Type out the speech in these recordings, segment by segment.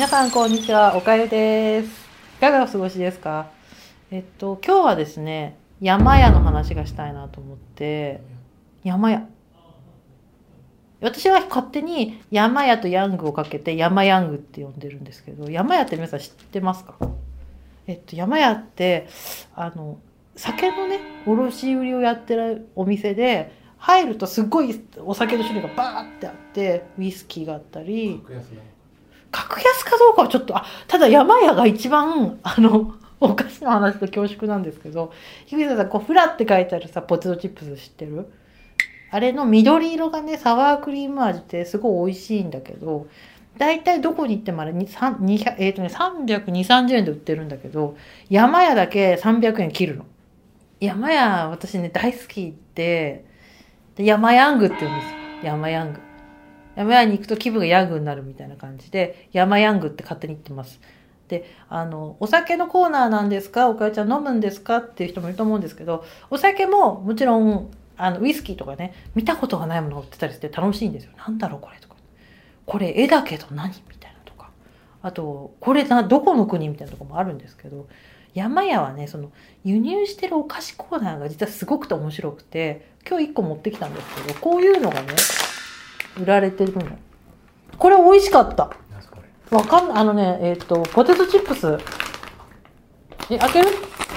皆さんこんにちは、おかゆです。いかがお過ごしですか？今日はですね、山屋の話がしたいなと思って、山屋。私は勝手に山屋とヤングをかけて山ヤングって呼んでるんですけど、山屋って皆さん知ってますか？山屋って、酒のね、卸売りをやってるお店で、入るとすごいお酒の種類がバーってあって、ウイスキーがあったり、格安かどうかはちょっと、ただ山屋が一番、お菓子の話と恐縮なんですけど、樋口さん、フラって書いてあるさ、ポテトチップス知ってる？あれの緑色がね、サワークリーム味ってすごい美味しいんだけど、大体どこに行ってもあれ320、30円で売ってるんだけど、山屋だけ300円切るの。山屋、私ね、大好きで、山ヤングって言うんですよ。山ヤング。山屋に行くと気分がヤングになるみたいな感じで、山ヤングって勝手に言ってます。で、お酒のコーナーなんですか？おかゆちゃん飲むんですか？っていう人もいると思うんですけど、お酒ももちろん、ウイスキーとかね、見たことがないものを売ってたりして楽しいんですよ。なんだろうこれとか。これ絵だけど何みたいなとか。あと、これどこの国みたいなとこもあるんですけど、山屋はね、輸入してるお菓子コーナーが実はすごくて面白くて、今日1個持ってきたんですけど、こういうのがね、売られてるの。これ美味しかった。わかんない。ポテトチップス。開ける？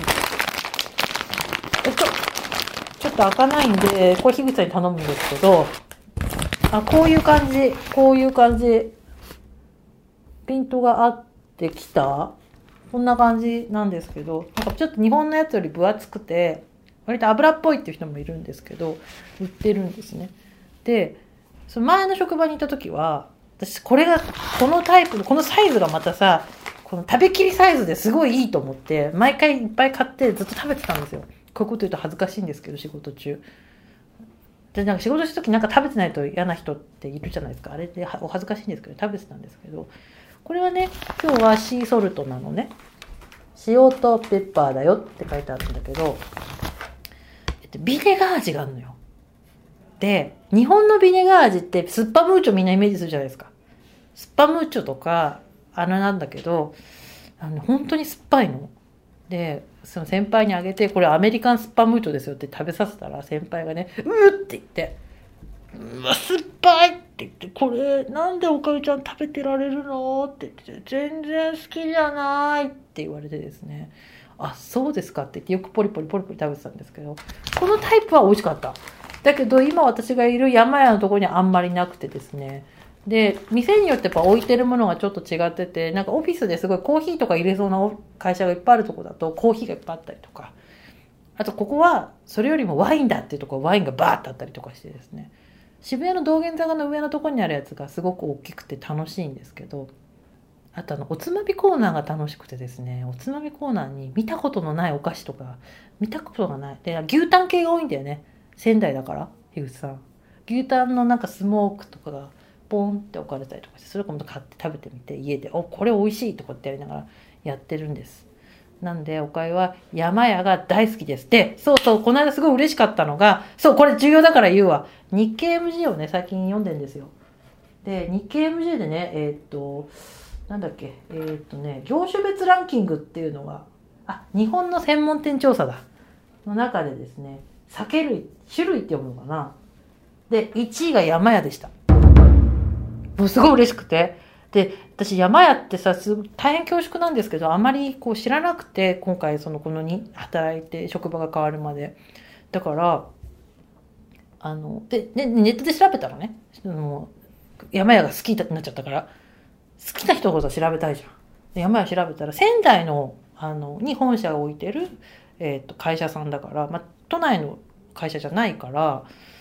ちょっと開かないんで、これ樋口さんに頼むんですけど、こういう感じ。こういう感じ。ピントが合ってきた？こんな感じなんですけど、なんかちょっと日本のやつより分厚くて、割と油っぽいっていう人もいるんですけど、売ってるんですね。で、その前の職場にいた時は、私このタイプの、このサイズがまたさ、この食べきりサイズですごいいいと思って、毎回いっぱい買ってずっと食べてたんですよ。こういうこと言うと恥ずかしいんですけど、仕事中。で、なんか仕事した時なんか食べてないと嫌な人っているじゃないですか。あれでお恥ずかしいんですけど、食べてたんですけど、これはね、今日はシーソルトなのね。塩とペッパーだよって書いてあるんだけど、ビネガー味があるのよ。で、日本のビネガー味ってスッパムーチョみんなイメージするじゃないですか。スッパムーチョとか、なんだけど、本当に酸っぱいの。で、その先輩にあげて、これアメリカンスッパムーチョですよって食べさせたら、先輩がね、うーって言って、うわ、酸っぱいって言って、これ、なんでおかゆちゃん食べてられるのって言って、全然好きじゃないって言われてですね、そうですかって言って、よくポリポリポリポリ食べてたんですけど、このタイプは美味しかった。だけど、今私がいる山屋のところにはあんまりなくてですね、で、店によってやっぱ置いてるものがちょっと違ってて、なんかオフィスですごいコーヒーとか入れそうな会社がいっぱいあるところだと、コーヒーがいっぱいあったりとか、あとここはそれよりもワインだっていうところ、ワインがバーってあったりとかしてですね、渋谷の道玄坂の上のところにあるやつがすごく大きくて楽しいんですけど、あとおつまみコーナーが楽しくてですね、おつまみコーナーに見たことのないお菓子とか、見たことがない。で、牛タン系が多いんだよね。仙台だから、樋口さん。牛タンのなんかスモークとかがポンって置かれたりとかして、それ今度買って食べてみて、家で、これ美味しいとかってやりながらやってるんです。なんで、おかゆは山屋が大好きです。で、そうそう、この間すごい嬉しかったのが、そう、これ重要だから言うわ。日経 MG をね、最近読んでんですよ。で、日経 MG でね、なんだっけ、業種別ランキングっていうのが、日本の専門店調査だ。の中でですね、酒類、種類って読むのかな。で、1位が山屋でした。もうすごい嬉しくて。で、私山屋ってさ、大変恐縮なんですけど、あまりこう知らなくて、今回このに働いて職場が変わるまで。だから、で、ネットで調べたらね、山屋が好きになっちゃったから、好きな人こそ調べたいじゃん。で山屋調べたら、仙台の、に本社を置いてる、会社さんだから、都内の会社じゃないから、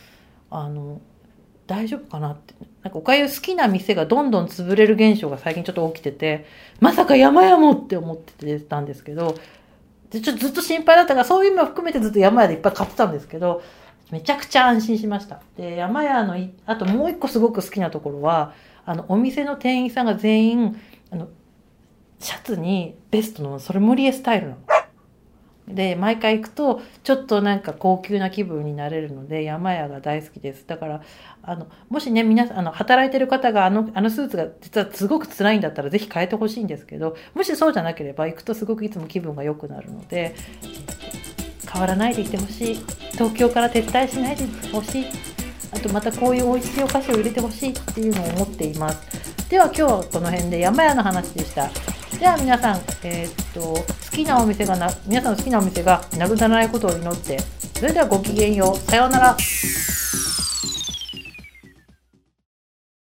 大丈夫かなって。なんかおかゆ好きな店がどんどん潰れる現象が最近ちょっと起きてて、まさか山屋もって思ってたんですけど、でちょっとずっと心配だったから、そういうのも含めてずっと山屋でいっぱい買ってたんですけど、めちゃくちゃ安心しました。で、山屋のあともう一個すごく好きなところは、お店の店員さんが全員、シャツにベストのソルムリエスタイルなの。 で毎回行くとちょっとなんか高級な気分になれるので山屋が大好きです。だからもしね皆さん働いてる方があのスーツが実はすごく辛いんだったらぜひ変えてほしいんですけど、もしそうじゃなければ行くとすごくいつも気分が良くなるので、変わらないでいてほしい、東京から撤退しないでいてほしい、あとまたこういう美味しいお菓子を入れてほしいっていうのを思っています。では今日はこの辺で山屋の話でした。では皆さん、好きなお店が皆さんの好きなお店がなくならないことを祈って、それではごきげんよう。さようなら。